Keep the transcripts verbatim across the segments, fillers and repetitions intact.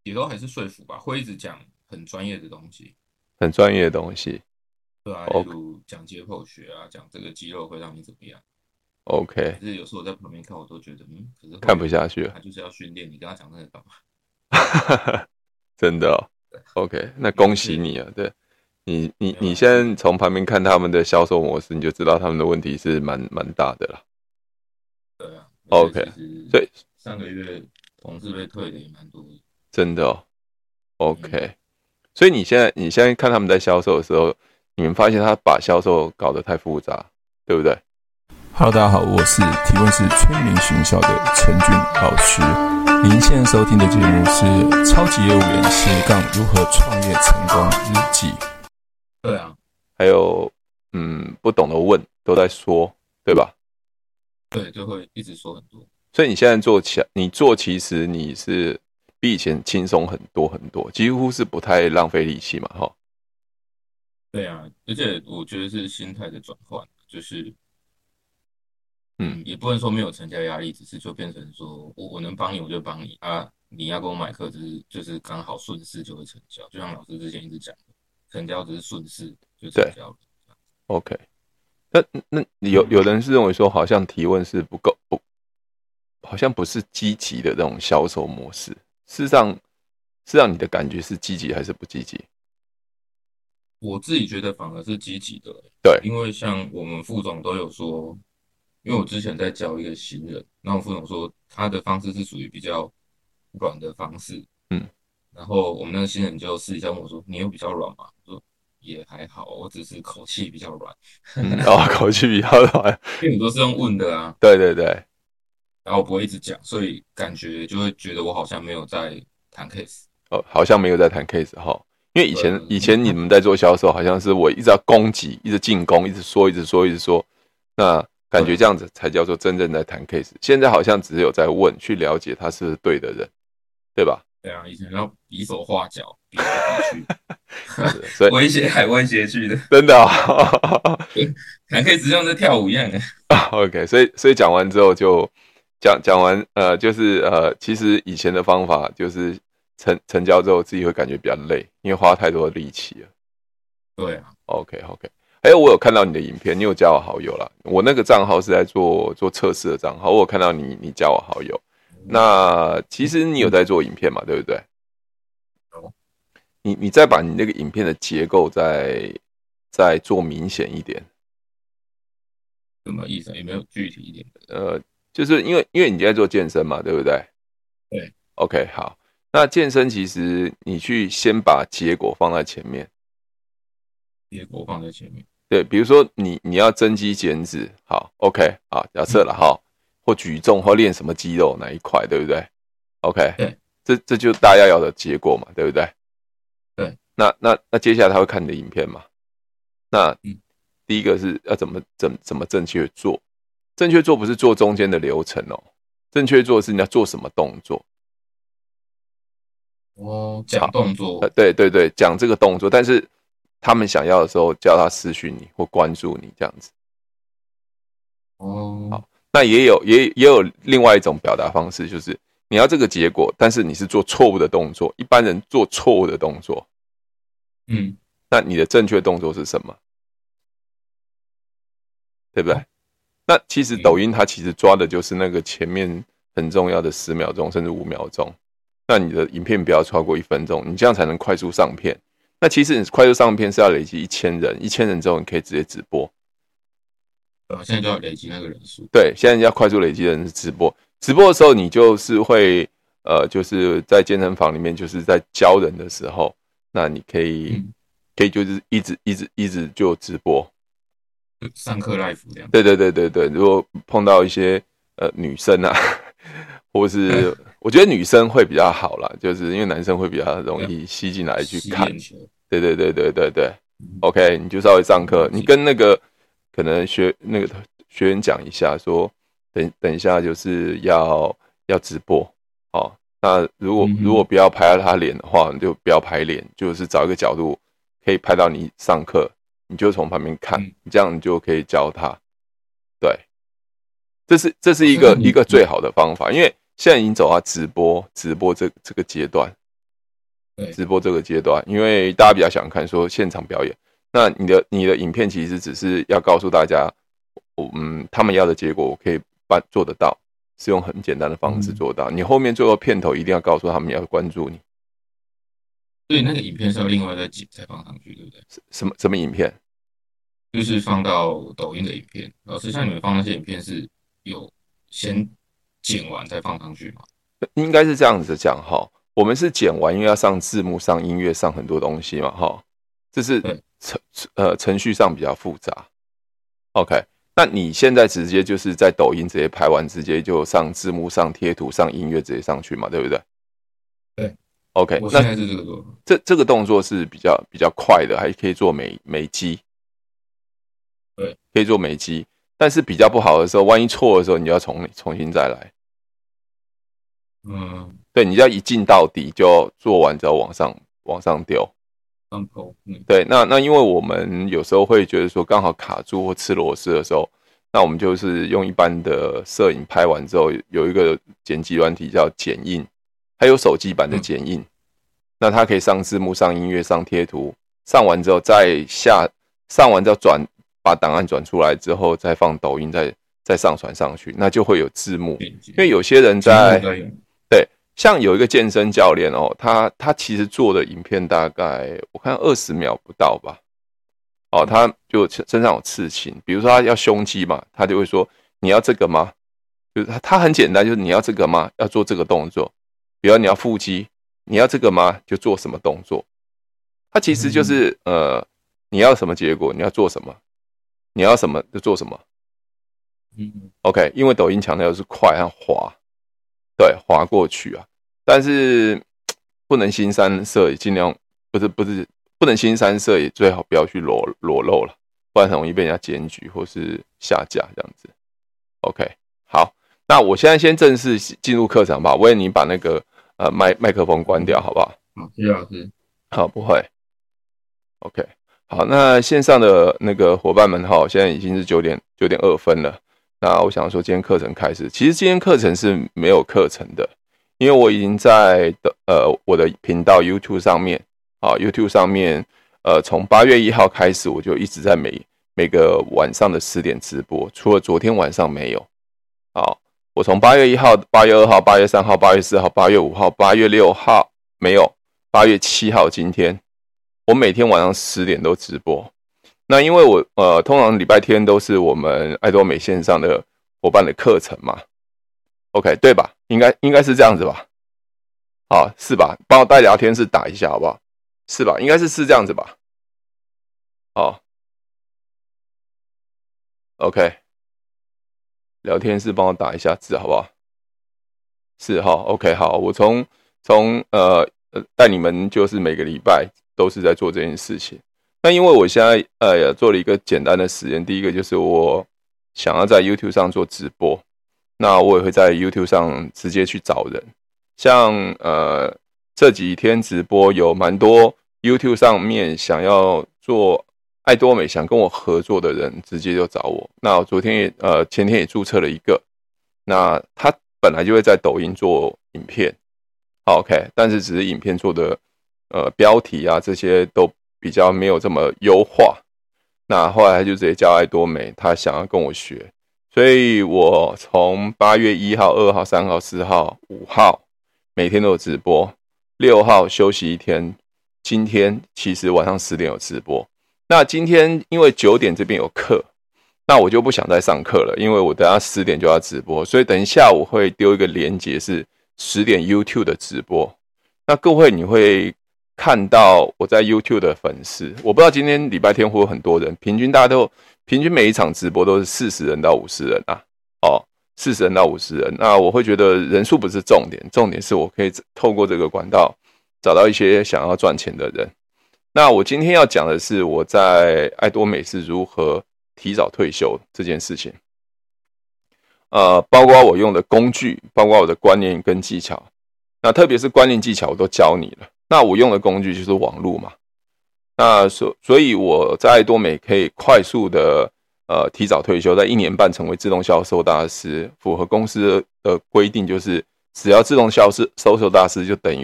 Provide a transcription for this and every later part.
也都还是说服吧，会一直讲很专业的东西。 很专业的东西。 对啊，例 OK 如讲解剖学啊，讲这个肌肉会让你怎么样。可 OK， 是有时候我在旁边看，我都觉得，嗯，可是看会员不下去了。 他就是要训练，你跟他讲那个干嘛？ 真的哦。OK，那恭因为是喜你啊！对你，你没有啦， 你现在是从旁边看他们的销售模式，你就知道他们的问题是蛮蛮大的啦。 对啊，而且 OK， 其实所以上个月同事被退的也蛮多的。 真的哦。 嗯， OK，所以你现在你现在看他们在销售的时候，你们发现他把销售搞得太复杂，对不对？ Hello，大家好，我是提问是催眠学校的陈俊老师。您现在收听的节目是《超级业务员斜杠如何创业成功日记》。 对啊， 还有嗯，不懂的问都在说，对吧？ 对，就会一直说很多。 所以你现在做起来，你做其实你是比以前轻松很多很多，几乎是不太浪费力气嘛，哈。 对啊，而且我觉得是心态的转换，就是嗯， 嗯，也不能说没有成交压力，只是就变成说我我能帮你我就帮你啊，你要跟我买课，只是就是刚好顺势就会成交，就像老师之前一直讲的，成交只是顺势就成对交了。 ，OK。那那有有人是认为说，好像提问是不够不，好像不是积极的这种销售模式。事实上，事实上你的感觉是积极还是不积极？ 我自己觉得反而是积极的欸， 对， 因为像我们副总都有说，因为我之前在教一个新人，那我副总说他的方式是属于比较软的方式， 嗯， 然后我们那个新人就私底下问我说：“你有比较软吗？”我说：“也还好，我只是口气比较软。” 嗯，哦，口气比较软。 因为你都是用问的啊， 对对对。 然后我不会一直讲，所以感觉就会觉得我好像没有在谈 case。 哦，好像没有在谈 case 哈。因为以对， 前以前你们在做销售，好像是我一直要攻击，一直进攻，一直说，一直说，一直说，那感觉对， 这样子才叫做真正在谈 case。现在好像只有在问，去了解他是不是对的人，对吧？ 对啊，以前要比手画脚，比来比去， 是，所以威胁来威胁去的， 真的哦。 谈 case 像在跳舞一样的。 OK，所以所以讲完之后就讲讲完，呃，就是呃，其实以前的方法就是成成交之后自己会感觉比较累，因为花太多的力气了。 对啊， OK OK，还有我有看到你的影片，你有加我好友啦。我那个账号是在做做测试的账号，我有看到你你加我好友。那其实你有在做影片嘛，对不对？ 有你你再把你那个影片的结构再再做明显一点。 什么意思？有没有具体一点的？ 呃，就是因为因为你在做健身嘛，对不对对， ？OK，好。那健身其实你去先把结果放在前面。 结果放在前面。 对，比如说你你要增肌减脂，好，OK，好，假设了哈，或举重或练什么肌肉哪一块，对不对？OK， 对这这就是大家要的结果嘛，对不对？ 对， 那那那接下来他会看你的影片嘛？那嗯， 第一个是要怎么怎怎么正确做？正确做不是做中间的流程哦，正确做是你要做什么动作。 我讲好，呃， 动作。 对对对，讲这个动作，但是他们想要的时候叫他私讯你或关注你这样子。 哦， 好，那也有也也有另外一种表达方式，就是你要这个结果，但是你是做错误的动作。一般人做错误的动作， 嗯， 那你的正确动作是什么？对不对？ 哦， 那其实抖嗯， 音它其实抓的就是那个前面很重要的十秒钟甚至五秒钟。那你的影片不要超过一分钟，你这样才能快速上片。那其实你快速上片是要累积一千人，一千人之后你可以直接直播。 对啊，现在就要累积那个人数。 对，现在要快速累积的人是直播。直播的时候，你就是会呃，就是在健身房里面，就是在教人的时候，那你可以嗯， 可以就是一直一直一直就直播。 就上课 live 这样。 对对对对对，如果碰到一些呃女生啊，或是我觉得女生会比较好啦，就是因为男生会比较容易吸进来去看。 吸眼球。 对对对对对对嗯， ，OK，你就稍微上课，你了解。 跟那个可能学那个学员讲一下说，等等一下就是要要直播。哦。那如果嗯哼， 如果不要拍到他脸的话，你就不要拍脸，就是找一个角度可以拍到你上课，你就从旁边看， 嗯， 这样你就可以教他。对，这是这是哦， 一所以那你你个一个最好的方法，因为现在已经走到直播直播这这个阶段。 直播这个阶段，因为大家比较想看说现场表演。那你的你的影片其实只是要告诉大家，嗯，他们要的结果我可以办做得到，是用很简单的方式做到。嗯、你后面最后片头一定要告诉他们要关注你。 所以那个影片是要另外再剪再放上去，对不对？ 什么什么影片？ 就是放到抖音的影片。老师，像你们放那些影片是有先剪完再放上去吗？ 应该是这样子讲哈。我们是剪完，因为要上字幕、上音乐、上很多东西嘛哈。这是程呃程序上比较复杂。OK， 那你现在直接就是在抖音直接拍完，直接就上字幕、上贴图、上音乐直接上去嘛，对不对？ 对。 OK， 我现在是这个动作。 这这个动作是比较比较快的，还可以做美美肌。 对， 可以做美肌，但是比较不好的时候，万一错的时候，你就要重重新再来。 嗯， 对，你要一进到底就做完之后往上往上丢。 上头。嗯， 对，那那因为我们有时候会觉得说刚好卡住或吃螺丝的时候，那我们就是用一般的摄影拍完之后，有一个剪辑软体叫剪映，还有手机版的剪映。嗯、那它可以上字幕、上音乐、上贴图，上完之后再下，上完之后转。把档案转出来之后，再放抖音，再再上传上去，那就会有字幕。因为有些人在对，像有一个健身教练哦，他他其实做的影片大概我看二十秒不到吧。哦，他就身上有刺青，比如说他要胸肌嘛，他就会说你要这个吗？就是他他很简单，就是你要这个吗？要做这个动作。比如你要腹肌，你要这个吗？就做什么动作。他其实就是呃，你要什么结果，你要做什么。你要什么就做什么， 嗯 ，OK， 因为抖音强调的是快和滑，对，滑过去啊，但是不能新三色，也尽量不是不是不能新三色，也最好不要去裸裸露了，不然很容易被人家检举或是下架这样子。OK， 好，那我现在先正式进入课程吧，我也你把那个呃麦麦克风关掉，好不好？ 好，谢谢老师。 好，不会。OK。好，那线上的那个伙伴们哈，现在已经是九点九点二分了。那我想说，今天课程开始，其实今天课程是没有课程的，因为我已经在的呃我的频道 YouTube 上面啊 ，YouTube 上面呃从八月一号开始，我就一直在每每个晚上的十点直播，除了昨天晚上没有。好，我从八月一号、八月二号、八月三号、八月四号、八月五号、八月六号没有，八月七号今天。我每天晚上十点都直播，那因为我呃通常礼拜天都是我们爱多美线上的伙伴的课程嘛 ，OK 对吧？应该应该是这样子吧？好，是吧？帮我带聊天室打一下好不好？是吧？应该是是这样子吧？好 ，OK， 聊天室帮我打一下字好不好？是哈 ，OK 好，我从从呃带你们就是每个礼拜。都是在做这件事情。那因为我现在呃做了一个简单的实验，第一个就是我想要在 YouTube 上做直播，那我也会在 YouTube 上直接去找人。像呃这几天直播有蛮多 YouTube 上面想要做爱多美想跟我合作的人，直接就找我。那我昨天也呃前天也注册了一个，那他本来就会在抖音做影片 ，OK， 但是只是影片做的。呃，标题啊，这些都比较没有这么优化。那后来他就直接叫爱多美，他想要跟我学，所以我从八月一号、二号、三号、四号、五号每天都有直播，六号休息一天。今天其实晚上十点有直播。那今天因为九点这边有课，那我就不想再上课了，因为我等下十点就要直播，所以等一下我会丢一个连结是十点 YouTube 的直播。那各位你会。看到我在 YouTube 的粉丝，我不知道今天礼拜天会有很多人，平均大家都平均每一场直播都是四十人到五十人啊，哦，四十人到五十人，那我会觉得人数不是重点，重点是我可以透过这个管道找到一些想要赚钱的人。那我今天要讲的是我在爱多美是如何提早退休这件事情，呃，包括我用的工具，包括我的观念跟技巧，那特别是观念技巧我都教你了。那我用的工具就是网络嘛，那所所以我在爱多美可以快速的呃提早退休，在一年半成为自动销售大师，符合公司的规定，就是只要自动销售销售大师就等于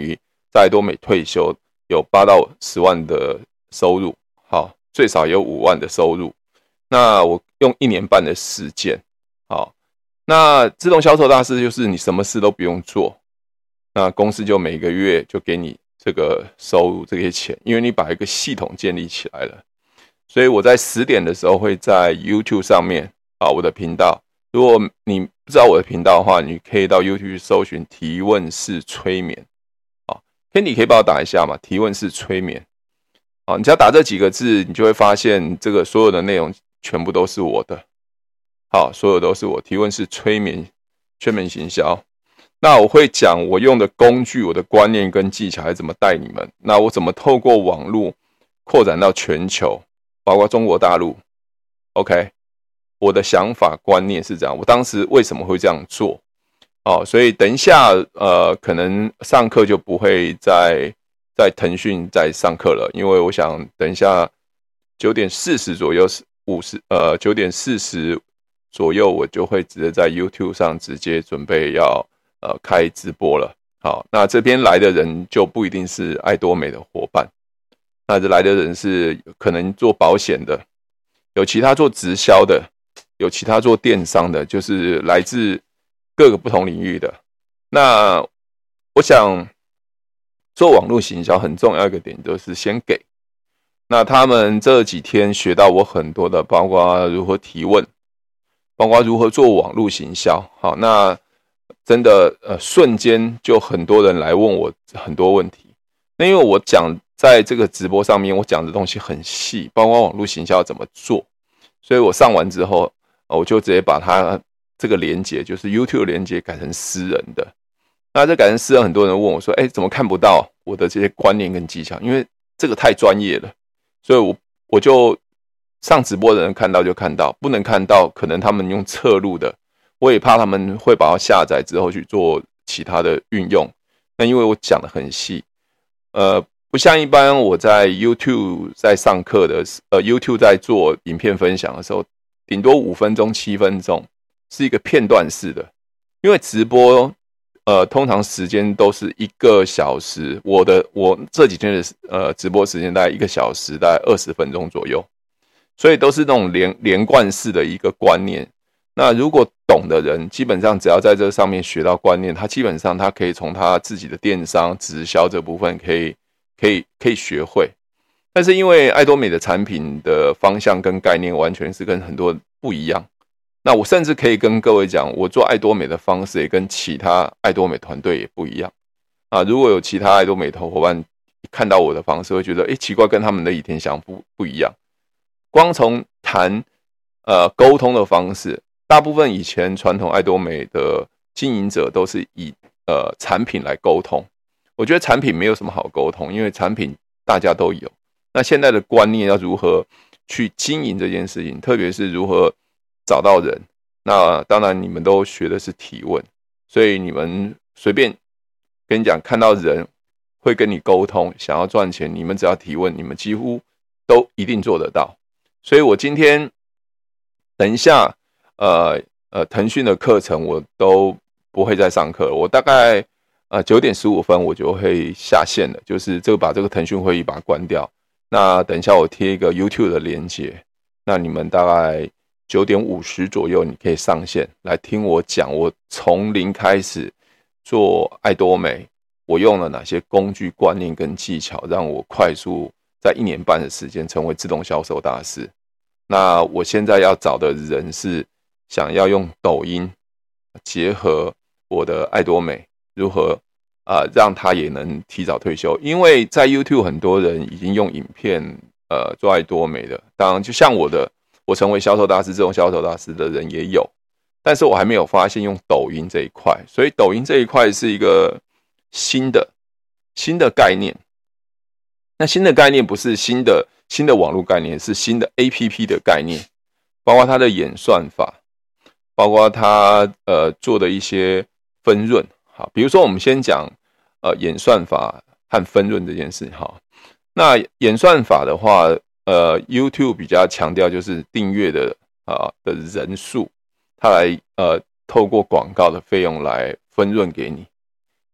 在爱多美退休有八到十万的收入，好，最少有五万的收入。那我用一年半的时间，好，那自动销售大师就是你什么事都不用做，那公司就每个月就给你这个收入这些钱，因为你把一个系统建立起来了。所以我在十点的时候会在 YouTube 上面啊，我的频道。如果你不知道我的频道的话，你可以到 YouTube 搜寻提问式催眠。好 ，Candy 可以帮我打一下嘛？提问式催眠。好，你只要打这几个字，你就会发现这个所有的内容全部都是我的。好，所有都是我提问式催眠、催眠行销。那我会讲我用的工具、我的观念跟技巧，还怎么带你们。那我怎么透过网络扩展到全球，包括中国大陆。OK， 我的想法观念是这样。我当时为什么会这样做？哦，所以等一下，呃，可能上课就不会在在腾讯再上课了，因为我想等一下九点四十左右，五十呃九点四十左右，我就会直接在 YouTube 上直接准备要呃开直播了。好，那这边来的人就不一定是爱多美的伙伴，那这来的人是可能做保险的，有其他做直销的，有其他做电商的，就是来自各个不同领域的。那我想做网络行销很重要一个点就是先给。那他们这几天学到我很多的，包括如何提问，包括如何做网络行销。好，那真的呃瞬间就很多人来问我很多问题。那因为我讲在这个直播上面，我讲的东西很细，包括网络行销怎么做，所以我上完之后，我就直接把它这个连结，就是 YouTube 连结改成私人的。那这改成私人，很多人问我说：“哎，怎么看不到我的这些观念跟技巧？”因为这个太专业了，所以我我就上直播的人看到就看到，不能看到，可能他们用侧录的，我也怕他们会把它下载之后去做其他的运用。那因为我讲的很细，呃，不像一般我在 YouTube 在上课的，呃 YouTube 在做影片分享的时候，顶多五分钟、七分钟，是一个片段式的。因为直播，呃，通常时间都是一个小时。我的我这几天的呃直播时间大概一个小时，大概二十分钟左右，所以都是那种连连贯式的一个观念。那如果懂的人，基本上只要在这上面学到观念，他基本上他可以从他自己的电商直销这部分可以可以可以学会。但是因为爱多美的产品的方向跟概念完全是跟很多不一样，那我甚至可以跟各位讲，我做爱多美的方式也跟其他爱多美团队也不一样啊。如果有其他爱多美的伙伴看到我的方式，会觉得诶奇怪，跟他们的以前想不不一样。光从谈呃沟通的方式，大部分以前传统爱多美的经营者都是以呃产品来沟通。我觉得产品没有什么好沟通，因为产品大家都有。那现在的观念要如何去经营这件事情，特别是如何找到人。那当然你们都学的是提问，所以你们随便跟你讲，看到人会跟你沟通，想要赚钱，你们只要提问，你们几乎都一定做得到。所以我今天等一下呃呃腾讯的课程我都不会再上课了，我大概呃九点十五分我就会下线了，就是这个把这个腾讯会议把它关掉。那等一下我贴一个 YouTube 的连结，那你们大概九点五十左右你可以上线来听我讲，我从零开始做爱多美，我用了哪些工具、观念跟技巧，让我快速在一年半的时间成为自动销售大师。那我现在要找的人是想要用抖音结合我的爱多美，如何呃让他也能提早退休。因为在 YouTube 很多人已经用影片呃做爱多美的，当然就像我的，我成为销售大师、自动销售大师的人也有，但是我还没有发现用抖音这一块，所以抖音这一块是一个新的新的概念。那新的概念不是新的新的网络概念，是新的 A P P 的概念，包括它的演算法，包括它呃做的一些分润。好，比如说我们先讲呃演算法和分润这件事。好，那演算法的话，呃 YouTube 比较强调就是订阅的啊、呃、的人数，它来呃透过广告的费用来分润给你。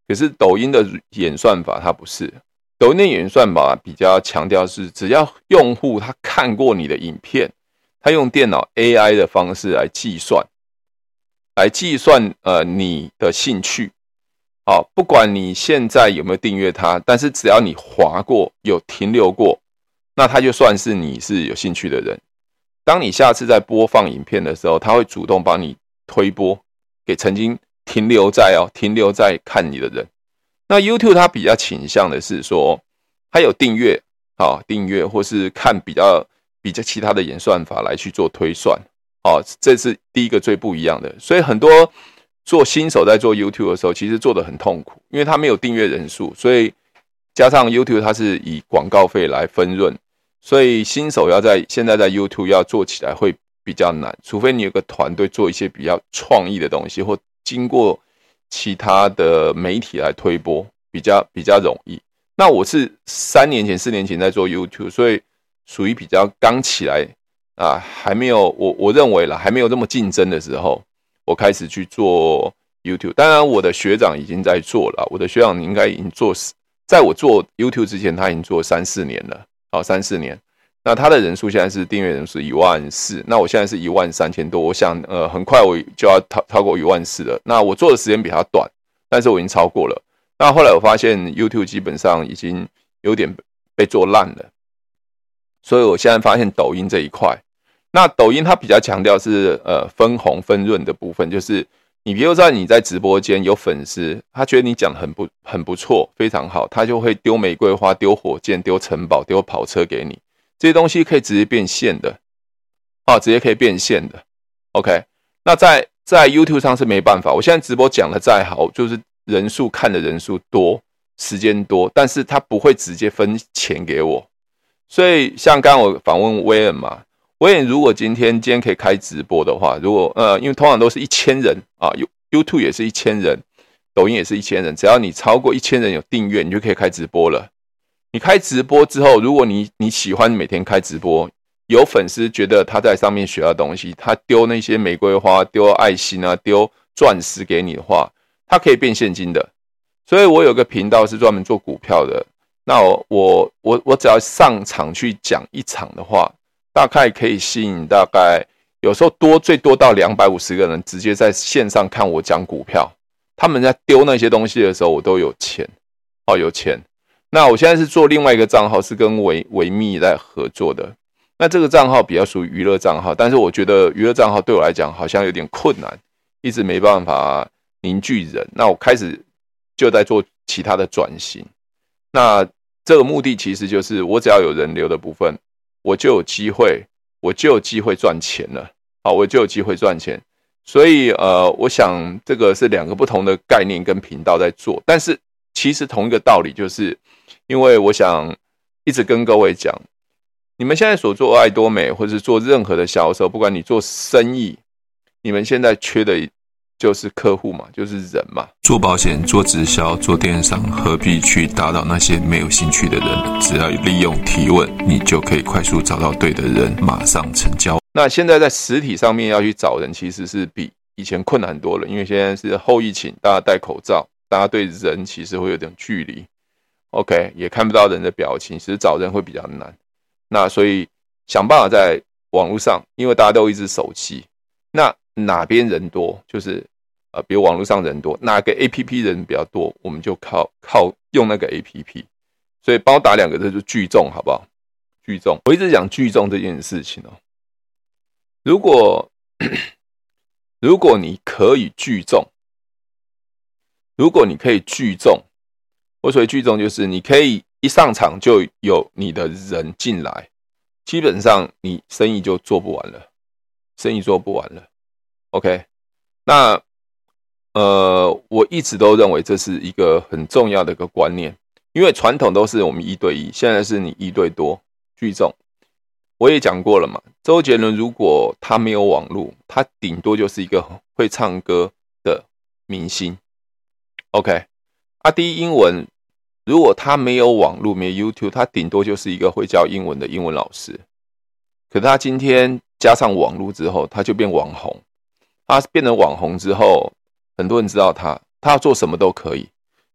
可是抖音的演算法它不是，抖音的演算法比较强调是，只要用户他看过你的影片，他用电脑 A I 的方式来计算，来计算呃你的兴趣。好，不管你现在有没有订阅它，但是只要你滑过有停留过，那它就算是你是有兴趣的人。当你下次在播放影片的时候，它会主动帮你推播给曾经停留在哦停留在看你的人。那 YouTube 它比较倾向的是说，它有订阅啊，订阅或是看比较比较其他的演算法来去做推算。哦，这是第一个最不一样的。所以很多做新手在做 YouTube 的时候，其实做得很痛苦，因为他没有订阅人数，所以加上 YouTube 它是以广告费来分润，所以新手要在现在在 YouTube 要做起来会比较难，除非你有个团队做一些比较创意的东西，或经过其他的媒体来推播，比较比较容易。那我是三年前、四年前在做 YouTube， 所以属于比较刚起来啊，还没有我我认为啦，还没有这么竞争的时候。我开始去做 YouTube， 当然我的学长已经在做了，我的学长应该已经做，在我做 YouTube 之前，他已经做三四年了，好三四年。那他的人数现在是订阅人数一万四，那我现在是一万三千多，我想呃很快我就要超超过一万四了。那我做的时间比他短，但是我已经超过了。那后来我发现 YouTube 基本上已经有点被做烂了，所以我现在发现抖音这一块。那抖音它比较强调是呃分红分润的部分，就是你比如说你在直播间有粉丝，他觉得你讲得很不很不错，非常好，他就会丢玫瑰花、丢火箭、丢城堡、丢跑车给你，这些东西可以直接变现的，啊，直接可以变现的。OK， 那在在 YouTube 上是没办法，我现在直播讲的再好，就是人数看的人数多，时间多，但是他不会直接分钱给我，所以像刚刚我访问威恩嘛。威恩如果今天今天可以开直播的话，如果呃，因为通常都是一千人啊 ，YouTube 也是一千人，抖音也是一千人，只要你超过一千人有订阅，你就可以开直播了。你开直播之后，如果你你喜欢每天开直播，有粉丝觉得他在上面学到东西，他丢那些玫瑰花、丢爱心啊、丢钻石给你的话，他可以变现金的。所以我有个频道是专门做股票的，那我我我我只要上场去讲一场的话。大概可以吸引大概有时候多最多到两百五十个人直接在线上看我讲股票，他们在丢那些东西的时候我都有钱哦，有钱。那我现在是做另外一个账号，是跟维维密在合作的，那这个账号比较属于娱乐账号，但是我觉得娱乐账号对我来讲好像有点困难，一直没办法凝聚人，那我开始就在做其他的转型。那这个目的其实就是我只要有人流的部分，我就有机会，我就有机会赚钱了。好，我就有机会赚钱。所以呃，我想这个是两个不同的概念跟频道在做，但是其实同一个道理，就是因为我想一直跟各位讲，你们现在所做爱多美，或者是做任何的销售，不管你做生意，你们现在缺的就是客户嘛，就是人嘛。 做保险、做直销、做电商，何必去打扰那些没有兴趣的人？只要利用提问，你就可以快速找到对的人，马上成交。 那现在在实体上面要去找人，其实是比以前困难多了，因为现在是后疫情，大家戴口罩，大家对人其实会有点距离 ，OK， 也看不到人的表情，其实找人会比较难。那所以想办法在网络上，因为大家都有一只手机，那哪边人多，就是呃，比如网络上人多，哪个 A P P 人比较多，我们就靠靠用那个 A P P。所以帮我打两个字，就聚众，好不好？聚众，我一直讲聚众这件事情哦。如果如果你可以聚众，如果你可以聚众，我所谓聚众就是你可以一上场就有你的人进来，基本上你生意就做不完了，生意做不完了。OK， 那呃，我一直都认为这是一个很重要的一个观念，因为传统都是我们一对一，现在是你一对多聚众。我也讲过了嘛，周杰伦如果他没有网络，他顶多就是一个会唱歌的明星。OK， 阿滴英文如果他没有网络，没有 YouTube， 他顶多就是一个会教英文的英文老师。可是他今天加上网络之后，他就变网红。他变成网红之后，很多人知道他，他要做什么都可以。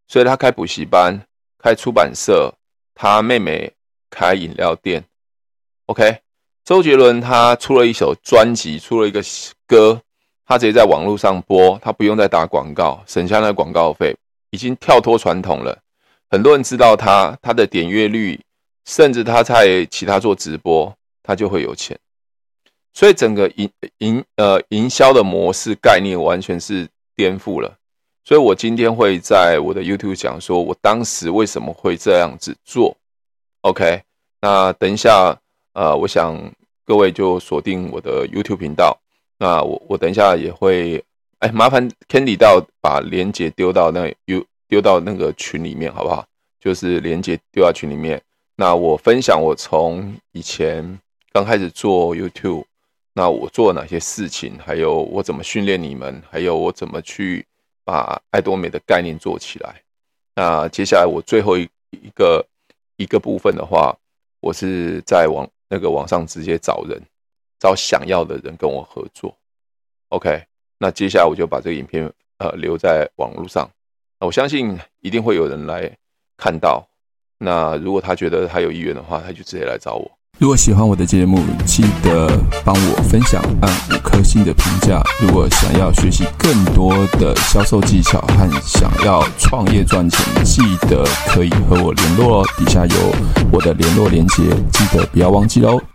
所以他开补习班，开出版社，他妹妹开饮料店。OK， 周杰伦他出了一首专辑，出了一个歌，他直接在网络上播，他不用再打广告，省下那个广告费，已经跳脱传统了。很多人知道他，他的点阅率，甚至他在其他做直播，他就会有钱。所以整个营营呃营销的模式概念完全是颠覆了。所以我今天会在我的 YouTube 讲说，我当时为什么会这样子做。OK， 那等一下，呃，我想各位就锁定我的 YouTube 频道。那我我等一下也会，哎，麻烦 Candy 到把连结丢到那 U。丢到那个群里面好不好？就是连结丢到群里面。那我分享我从以前刚开始做 YouTube， 那我做了哪些事情，还有我怎么训练你们，还有我怎么去把爱多美的概念做起来。那接下来我最后一个一个部分的话，我是在网那个网上直接找人，找想要的人跟我合作。OK， 那接下来我就把这个影片呃留在网络上。我相信一定会有人来看到，那如果他觉得他有意愿的话，他就直接来找我。 如果喜欢我的节目，记得帮我分享，按五颗星的评价。如果想要学习更多的销售技巧和想要创业赚钱，记得可以和我联络哦，底下有我的联络连结，记得不要忘记哦。